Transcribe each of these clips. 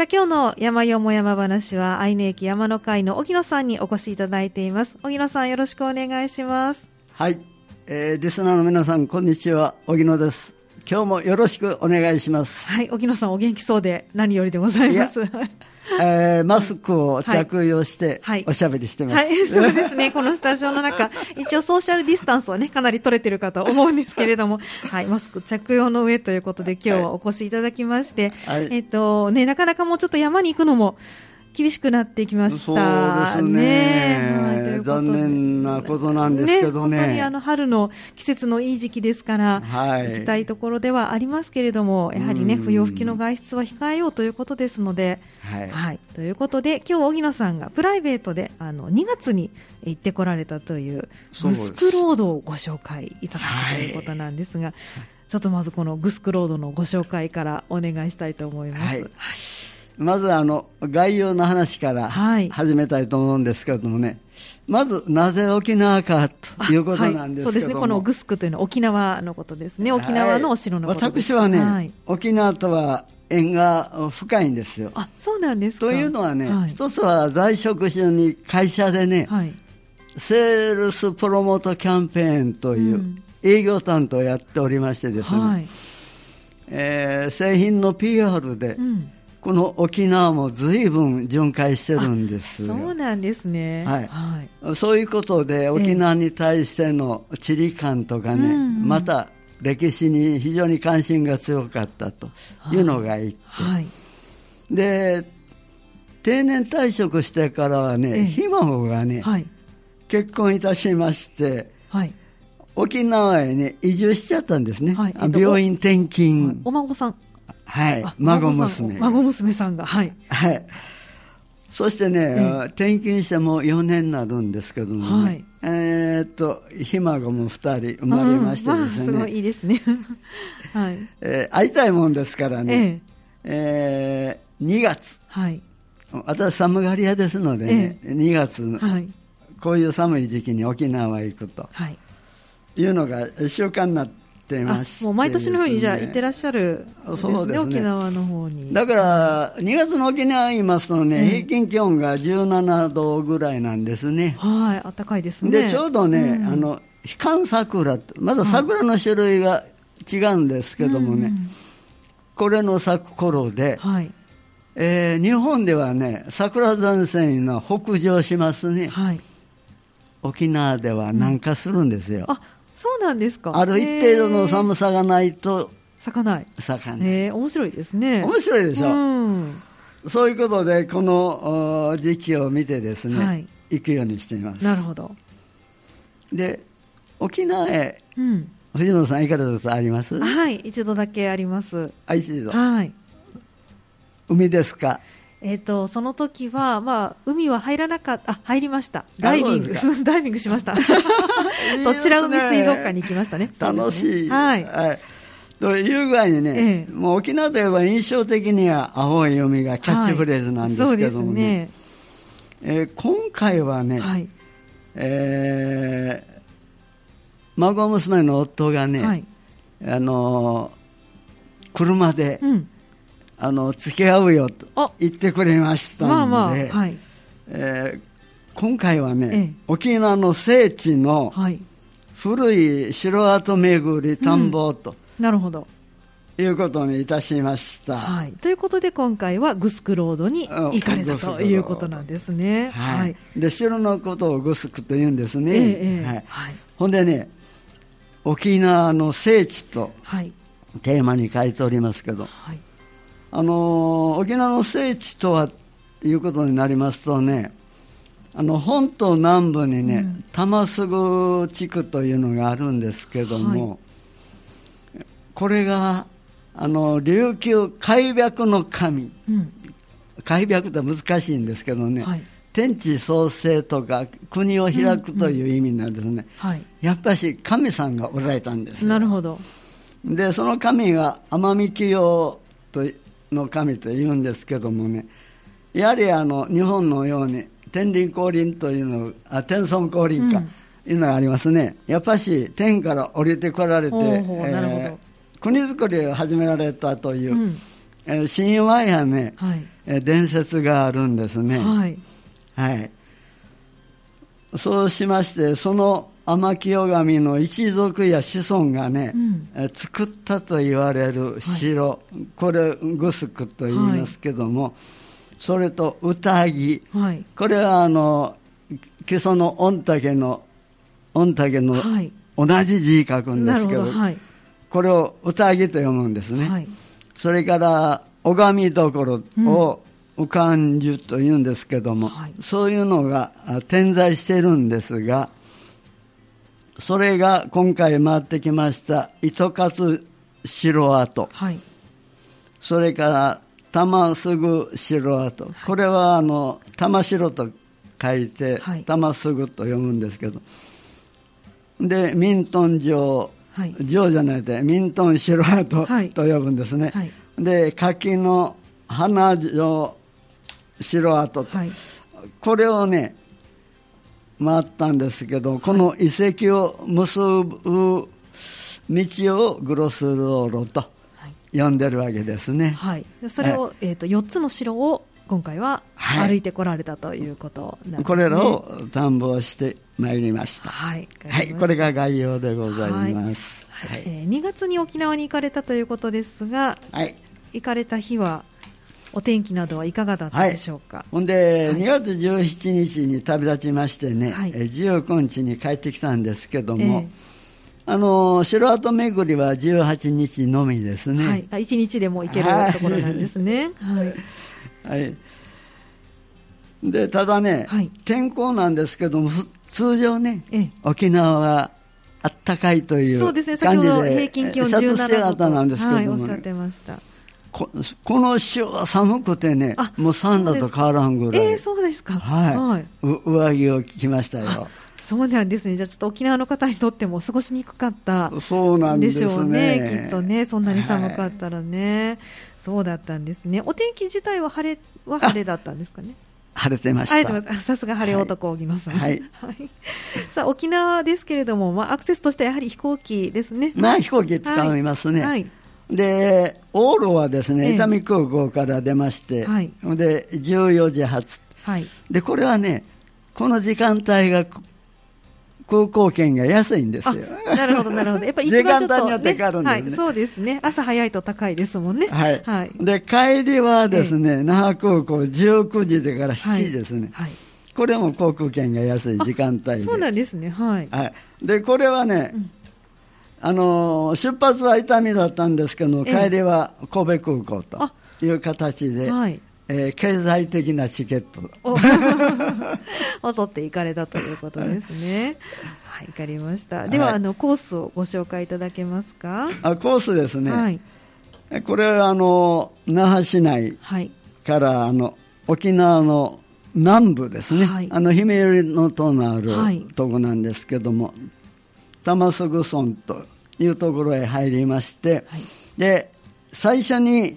さあ今日の山よも山話はアイヌ駅山の会の荻野さんにお越しいただいています。荻野さんよろしくお願いします。 はい、リスナーの皆さんこんにちは、荻野です。今日もよろしくお願いします。 はい、荻野さんお元気そうで何よりでございます。 マスクを着用しておしゃべりしてます。 はい、そうですね。このスタジオの中、一応ソーシャルディスタンスはね、かなり取れてるかと思うんですけれども、はい、マスク着用の上ということで今日はお越しいただきまして、はい、なかなかもうちょっと山に行くのも厳しくなってきました。 そうですね。はい、残念なことなんですけどね。 本当に春の季節のいい時期ですから、はい、行きたいところではありますけれども、やはりね、不要不急の外出は控えようということですので、はい。はい、ということで、今日荻野さんがプライベートで2月に行ってこられたというグスクロードをご紹介いただくということなんですが、はい、ちょっとまずこのグスクロードのご紹介からお願いしたいと思います。はい、 まず概要の話から始めたいと思うんですけれどもね、はい、まずなぜ沖縄かということなんですけども、 はい、そうですね、このグスクというのは沖縄のことですね。沖縄のお城のことです。 私はね、はい、沖縄とは縁が深いんですよ。 あ、そうなんですか。 というのはね、はい、一つは在職中に会社でね、はい、セールスプロモートキャンペーンという営業担当をやっておりましてですね、はい、製品の PR で、この沖縄も随分巡回してるんですよ。 そうなんですね。 はいはい、そういうことで沖縄に対しての地理感とかね、また歴史に非常に関心が強かったというのが一点、はい、で定年退職してからはね、ひ孫がね、はい、結婚いたしまして、はい、沖縄へね移住しちゃったんですね。はい、病院転勤、 お孫さん、 はい、孫娘さんが、はい、 はい、そしてね、転勤しても4年になるんですけども、ね、はい、ひ孫も2人生まれましてですね、 すごいいいですね、はい、 会いたいもんですからね、2月、はい、私寒がり屋ですのでね、2月、はい、こういう寒い時期に沖縄へ行くと、はい、いうのが習慣になってもう毎年のようにじゃあ行ってらっしゃるんですね、沖縄の方に。 だから2月の沖縄言いますとね、平均気温が17度ぐらいなんですね。 はい、暖かいですね。 でちょうどね、ヒカン桜と、まだ桜の種類が違うんですけどもね、これの咲く頃で、はい、日本ではね桜前線が北上しますね、はい、沖縄では南下するんですよ。 そうなんですか。 ある一定度の寒さがないと咲かない。面白いですね。 面白いでしょ、そういうことでこの時期を見てですね、はい、行くようにしています。 なるほど。 で沖縄へ、藤本さん行かれたことあります？ はい、一度だけあります。 一度、 はい。 海ですか？ その時は、まあ、海は入らなかった、入りました。ダイビングしました。どちら海水族館に行きましたね。 楽しい。はい。はい。という具合にね、もう沖縄といえば印象的には青い海がキャッチフレーズなんですけどもね。今回はね、はい、孫娘の夫がね、はい、車で、付き合うよと言ってくれましたので、はい、今回はね、沖縄の聖地の古い城跡巡り探訪と、 なるほど、 いうことにいたしました。 はい、ということで今回はグスクロードに行かれたということなんですね。 はいはい、で城のことをグスクと言うんですね。はいはい、ほんでね、沖縄の聖地とテーマに書いておりますけど、はい、沖縄の聖地とはいうことになりますとね、本島南部にね、玉城地区というのがあるんですけども、はい、これが琉球開闢の神、開闢って難しいんですけどね、はい、天地創生とか国を開くという意味なんですね。はい、やっぱし神さんがおられたんですよ。 なるほど。 でその神が奄美清の神というんですけどもね、やはり日本のように天輪降臨というの天孫降臨か、いうのがありますね。やっぱし天から降りてこられて、なるほど、国づくりを始められたという、神話やね、はい、 伝説があるんですね。はいはい、そうしまして、その天清神の一族や子孫がね、作ったと言われる城、はい、これグスクと言いますけども、はい、それと宴、はい、これは木曽の御嶽の同じ字書くんですけど、はい、これを宴と読むんですね。はい、それから拝みどころを右官樹というんですけども、はい、そういうのが点在しているんですが、それが今回回ってきました糸数城跡、はい、それから玉すぐ城跡、はい、これは玉城と書いて、はい、玉すぐと読むんですけど、でミントン城、はい、城じゃないでミントン城跡、はい、と呼ぶんですね。はい、で柿の花城城跡と、はい、これをね回ったんですけど、この遺跡を結ぶ道をグロスローロと呼んでるわけですね。はい、それを、4つの城を今回は歩いてこられたということなんですね。これらを探訪してまいりました。はい、はい、これが概要でございます。はい、2月に沖縄に行かれたということですが、はい、行かれた日はお天気などはいかがだったでしょうか。はい、ほんで、はい、2月17日に旅立ちましてね、はい、19日に帰ってきたんですけども、城跡巡りは18日のみですね。はい、1日でも行けるところなんですね。はいはい、でただね、はい、天候なんですけども、通常ね、沖縄はあったかいという感じで、そうですね、先ほど平均気温17度となんですけども、ね、はい、おっしゃってました。この週は寒くてね、もう3度と変わらんぐらい。そうですか。はい。はい、上着を着ましたよ。そうなんですね。じゃあちょっと沖縄の方にとっても過ごしにくかったでしょうね。きっとね、そんなに寒かったらね。はい、そうだったんですね。お天気自体は晴れだったんですかね。晴れてました。さすが晴れ男、荻野さん。はい。はい、さあ、沖縄ですけれども、アクセスとしてはやはり飛行機ですね。飛行機使いますね。はい。で往路はですね、伊丹空港から出まして、はい、で14時発、はい、でこれはね、この時間帯が空港券が安いんですよ。なるほどなるほど。やっぱり一番ちょっと、ね、時間帯によって変わるんですね。はい、そうですね。朝早いと高いですもんね。はい。はい、で帰りはですね、那覇空港19時でから7時ですね。はいはい、これも航空券が安い時間帯で。そうなんですね。はい。はい、でこれはね。出発は伊丹だったんですけど、帰りは神戸空港という形で、はい経済的なチケットを取っていかれたということですね。はい、わかりました。では、はい、コースをご紹介いただけますか。コースですね。はい、これは那覇市内から、はい、沖縄の南部ですね。はい、ひめゆりの塔のあるとこなんですけども、はい、玉すぐ村というところへ入りまして、はい、で最初に、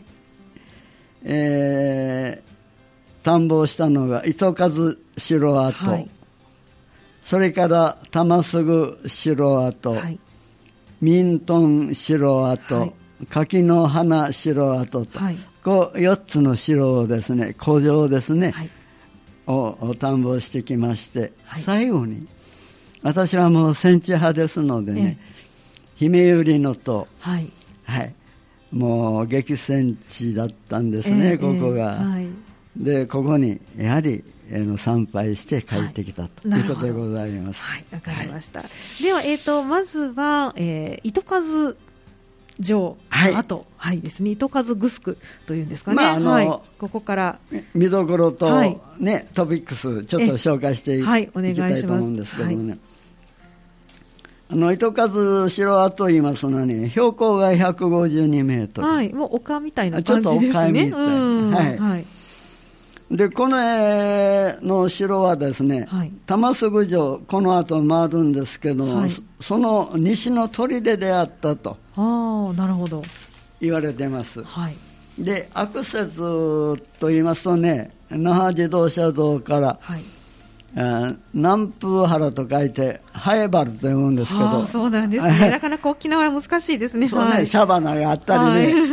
探訪したのが糸数城跡、はい、それから玉すぐ城跡、はい、ミントン城跡、はい、柿の花城跡と、はい、こう4つの城をですね、古城ですね、はい、を探訪してきまして、はい、最後に私はもう戦地派ですのでね、ひめゆりの塔、はいはい、もう激戦地だったんですね、ここが、はい、でここにやはり参拝して帰ってきた、はい、ということでございます。はい、わかりました。はい、では、まずは、糸数城の後、はい、ですね、糸数グスクというんですかね。はい、ここから見どころと、ね、トピックスちょっと紹介していきたいと思うんですけどもね。糸数城跡と言いますのはね、標高が152メートル。はい、もう丘みたいな感じですね。ちょっと丘みたいな。はいはい。で、このの城はですね、はい、玉すぐ城、この後回るんですけども、はい、その西の砦であったと。ああ、なるほど。言われてます。はい。で、アクセスと言いますとね、那覇自動車道から、はい、 南風原と書いてハエバルと読むんですけど、 そうなんですね。なかなか沖縄は難しいですね。 そうね、シャバナがあったりね、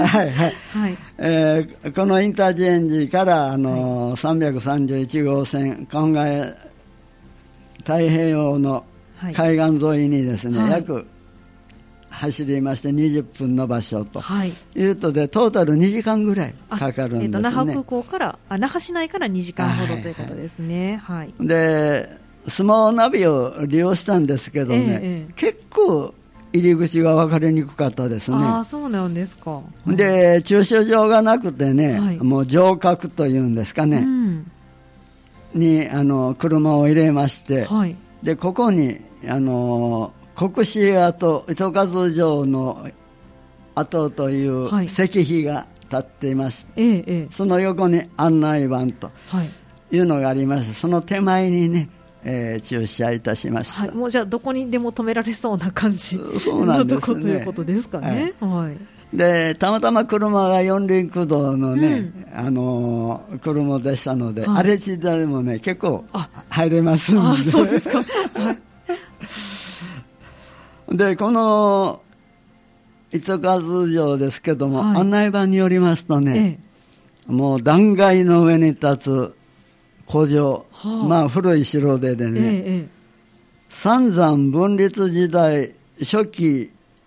このインターチェンジから331号線関外太平洋の海岸沿いにですね、約走りまして20分の場所というとで、トータル2時間ぐらいかかるんですね。 那覇空港から那覇市内から2時間ほどということですね。 でスマホナビを利用したんですけどね、結構入り口が分かりにくかったですね。 そうなんですか。 で駐車場がなくてね、もう城郭というんですかね、に車を入れまして、でここに国司跡糸数城の跡という石碑が立っていまして、その横に案内板というのがありまして、その手前にね、駐車いたしました。 もうじゃあどこにでも止められそうな感じのとこということですかね。 でたまたま車が四輪駆動のね、車でしたので、荒れ地でもね結構入れますので。 そうですか。 でこの糸数城ですけども、案内板によりますとね、もう断崖の上に立つ古城、古い城でね、三山分立時代初期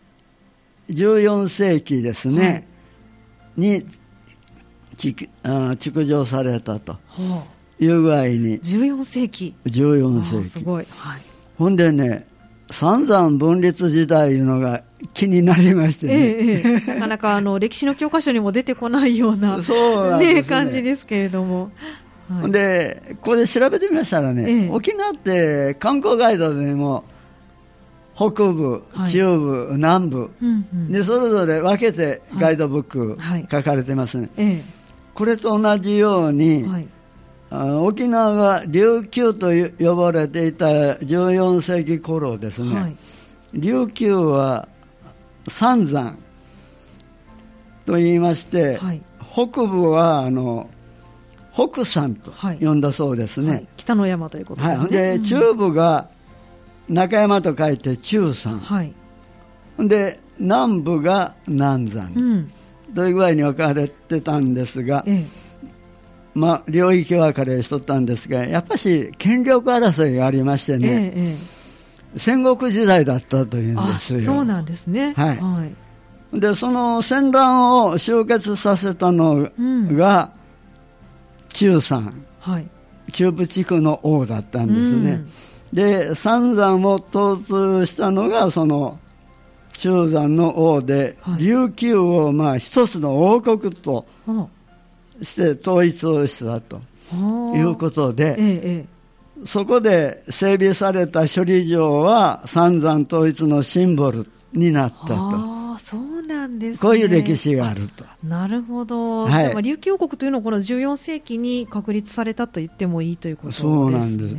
14世紀ですね、に築城されたという具合に。 14世紀。すごい。 ほんでね、三山分立時代いうのが気になりましてね、 なかなか歴史の教科書にも出てこないような感じですけれども。 でここで調べてみましたらね、沖縄って観光ガイドでも北部、中部、南部、でそれぞれ分けてガイドブック書かれてますね。これと同じように、沖縄が琉球と呼ばれていた14世紀頃ですね、琉球は三山と言いまして、北部は北山と呼んだそうですね。 北の山ということですね。 で中部が中山と書いて中山、で南部が南山、という具合に分かれてたんですが、領域分かれしとったんですが、やっぱし権力争いがありましてね、戦国時代だったというんですよ。 そうなんですね。 でその戦乱を終結させたのが、中山、中部地区の王だったんですね。で三山を統治したのがその中山の王で、琉球を一つの王国として統一をしたということで、そこで整備された首里城は三山統一のシンボルになったと。 そうなんですね。 こういう歴史があると。 なるほど。琉球王国というのはこの14世紀に確立されたと言ってもいいということですね。そうなんです。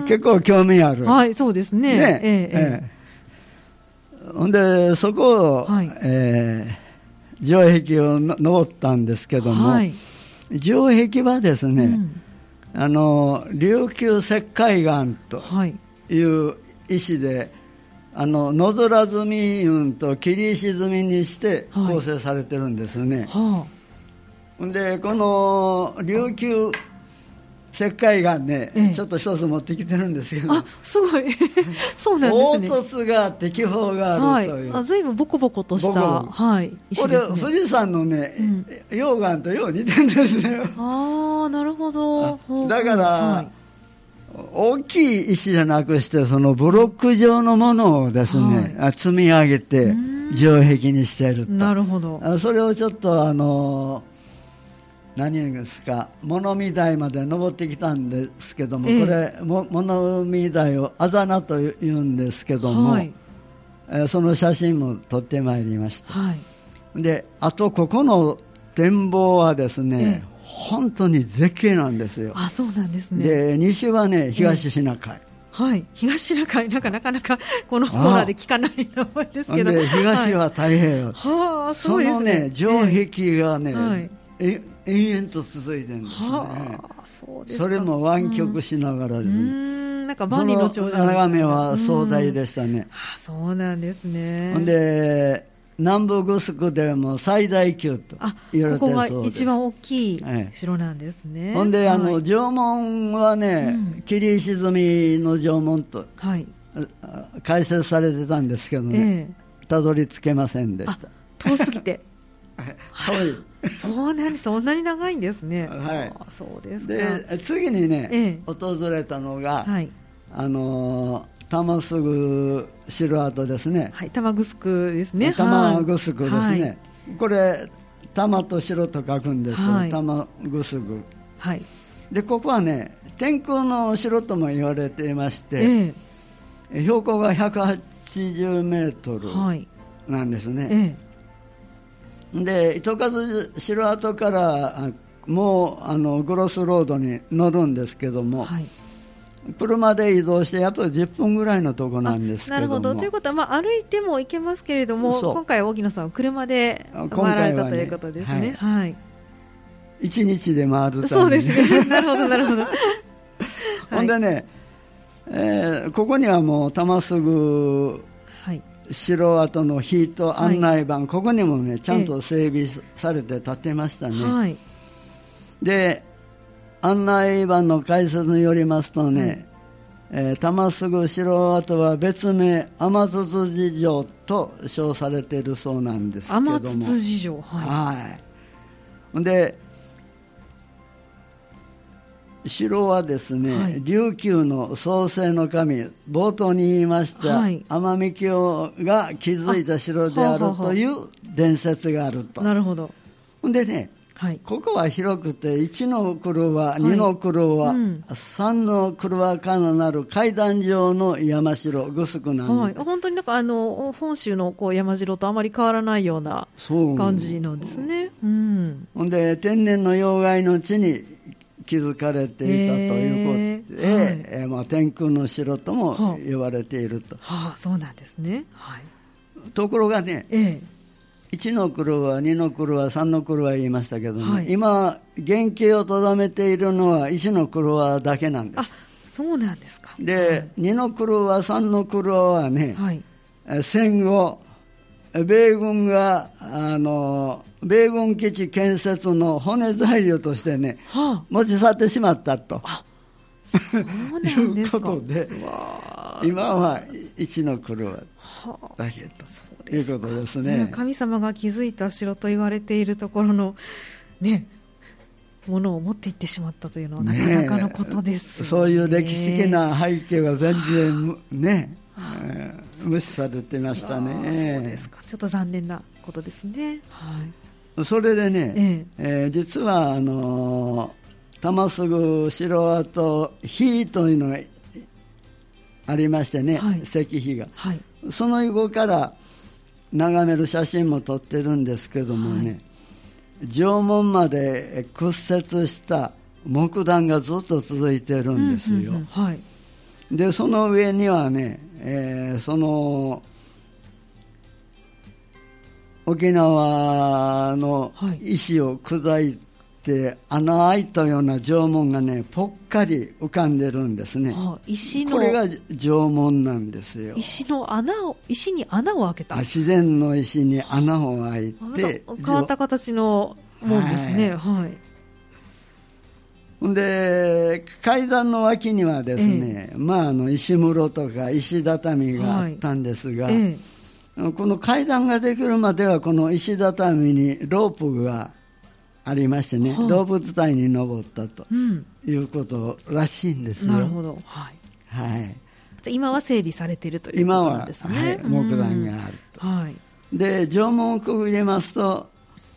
結構興味ある。 そうですね。 でそこを、城壁を登ったんですけども、城壁はですね、琉球石灰岩という石で、野空積み雲と霧石積みにして構成されてるんですね。でこの琉球石灰岩ね、ちょっと一つ持ってきてるんですけど、 すごいそうなんですね。 凹凸があって気泡があるという、 ずいぶんボコボコとした石ですね。 これ富士山のね、溶岩とよう似てるんですね。 なるほど。 だから、大きい石じゃなくしてそのブロック状のものをですね、積み上げて城壁にしていると。 なるほど。 それをちょっと何ですか、物見台まで登ってきたんですけども、これ物見台をあざなというんですけども、その写真も撮ってまいりました。であとここの展望はですね、本当に絶景なんですよ。 そうなんですね。 で西はね東シナ海、 東シナ海、なかなかこのコーナーで聞かない名前ですけど、 で東は太平洋、そのね城壁がね、 延々と続いてるんですね。 そうですか。 それも湾曲しながらですね。 なんか万里の長城。 眺めは壮大でしたね。 そうなんですね。 ほんで南部グスクでも最大級と言われてるそうです。 ここが一番大きい城なんですね。 ほんで城門はね、切り沈みの城門と、解説されてたんですけどね、たどり着けませんでした。 遠すぎてそうそんなに長いんですね。そうですか。 で次にね、訪れたのが、玉城城跡ですね。 玉城ですね。 玉城ですね。これ玉と城と書くんですよ。玉城。でここはね、天空の城とも言われていまして、標高が180メートルなんですね。で糸数城跡からもうグロスロードに乗るんですけども、車で移動してやっぱり10分ぐらいのとこなんですけども。 なるほど。ということは、歩いても行けますけれども、今回は荻野さんは車で回られたということですね。 1日で回るために。 そうですね。なるほどなるほど。 ほんでね、ここにはもう玉城城跡の碑と案内板、ここにもねちゃんと整備されて建てましたね。で案内板の解説によりますとね、玉城城跡は別名天津寺城と称されているそうなんですけども。 天津寺城。 で城はですね、琉球の創世の神、冒頭に言いました、天海峡が築いた城であるという伝説があると。 なるほど。 でね、ここは広くて1の黒は2の黒は、3の黒はからなる階段状の山城グスクなんで、 本当になんか本州の山城とあまり変わらないような感じなんですね。 ほんで天然の要害の地に築かれていたということで、天空の城とも呼ばれていると。 そうなんですね。 ところがね、1の黒は2の黒は3の黒は言いましたけどね、今原型をとどめているのは1の黒はだけなんです。 そうなんですか。 で2の黒は3の黒はね、戦後米軍が米軍基地建設の骨材料としてね、持ち去ってしまったということで、今は1の黒はだけということですね。 神様が築いた城と言われているところのものを持っていってしまったというのはなかなかのことですよね。 そういう歴史的な背景は全然無視されてましたね。 そうですか。ちょっと残念なことですね。 それでね、実は玉城城跡碑というのがありましてね、石碑が、その横から眺める写真も撮ってるんですけどもね、城門まで屈折した木段がずっと続いてるんですよ。でその上にはね、その沖縄の石を砕いて穴開いたような城門がねぽっかり浮かんでるんですね。これが城門なんですよ。 石に穴を開けた。 自然の石に穴を開いて変わった形の門ですね。 で階段の脇にはですね、石室とか石畳があったんですが、この階段ができるまではこの石畳にロープがありましてね、ロープ伝いに登ったということらしいんですよ。 なるほど。じゃあ今は整備されているということなんですね。 今は、木段があると。で城門をくぐりますと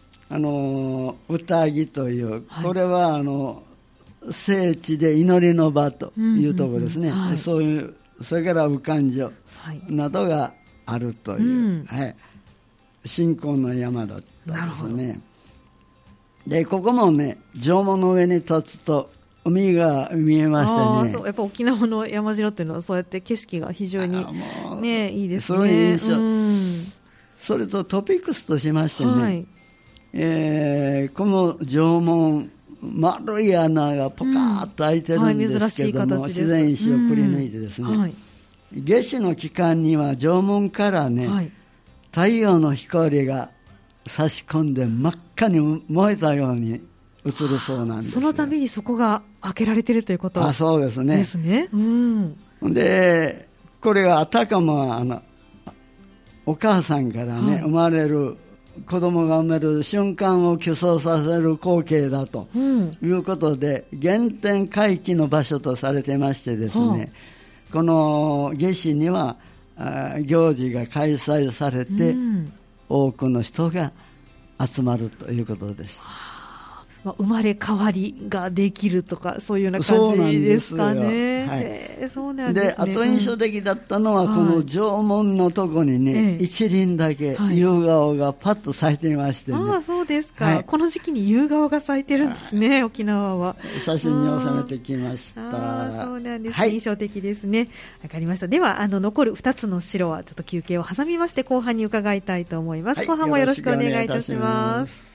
宴という、これは聖地で祈りの場というところですね。そういう、それから右官所などがあるという、信仰の山だったんですね。でここもね城門の上に立つと海が見えましてね。 やっぱ沖縄の山城っていうのはそうやって景色が非常にいいですね。 そういう印象、それとトピックスとしましてね、 この城門、丸い穴がポカーッと開いてるんですけども、自然石をくり抜いてですね、夏至の期間には城門からね、太陽の光が差し込んで真っ赤に燃えたように映るそうなんです。 そのためにそこが開けられているということですね。 そうですね。 ですね。 で、これがあたかもお母さんからね、生まれる子供が生まれる瞬間を起想させる光景だということで、原点回帰の場所とされてましてですね、この夏至には行事が開催されて、多くの人が集まるということです。 生まれ変わりができるとか、そういうような感じですかね。そうなんですね。 で、あと印象的だったのは、この城門のとこにね、一輪だけ夕顔がパッと咲いていましてね。 そうですか。この時期に夕顔が咲いてるんですね、沖縄は。 写真に収めてきました。 そうなんですね。印象的ですね。わかりました。では、残る2つの城はちょっと休憩を挟みまして、後半に伺いたいと思います。後半もよろしくお願いいたします。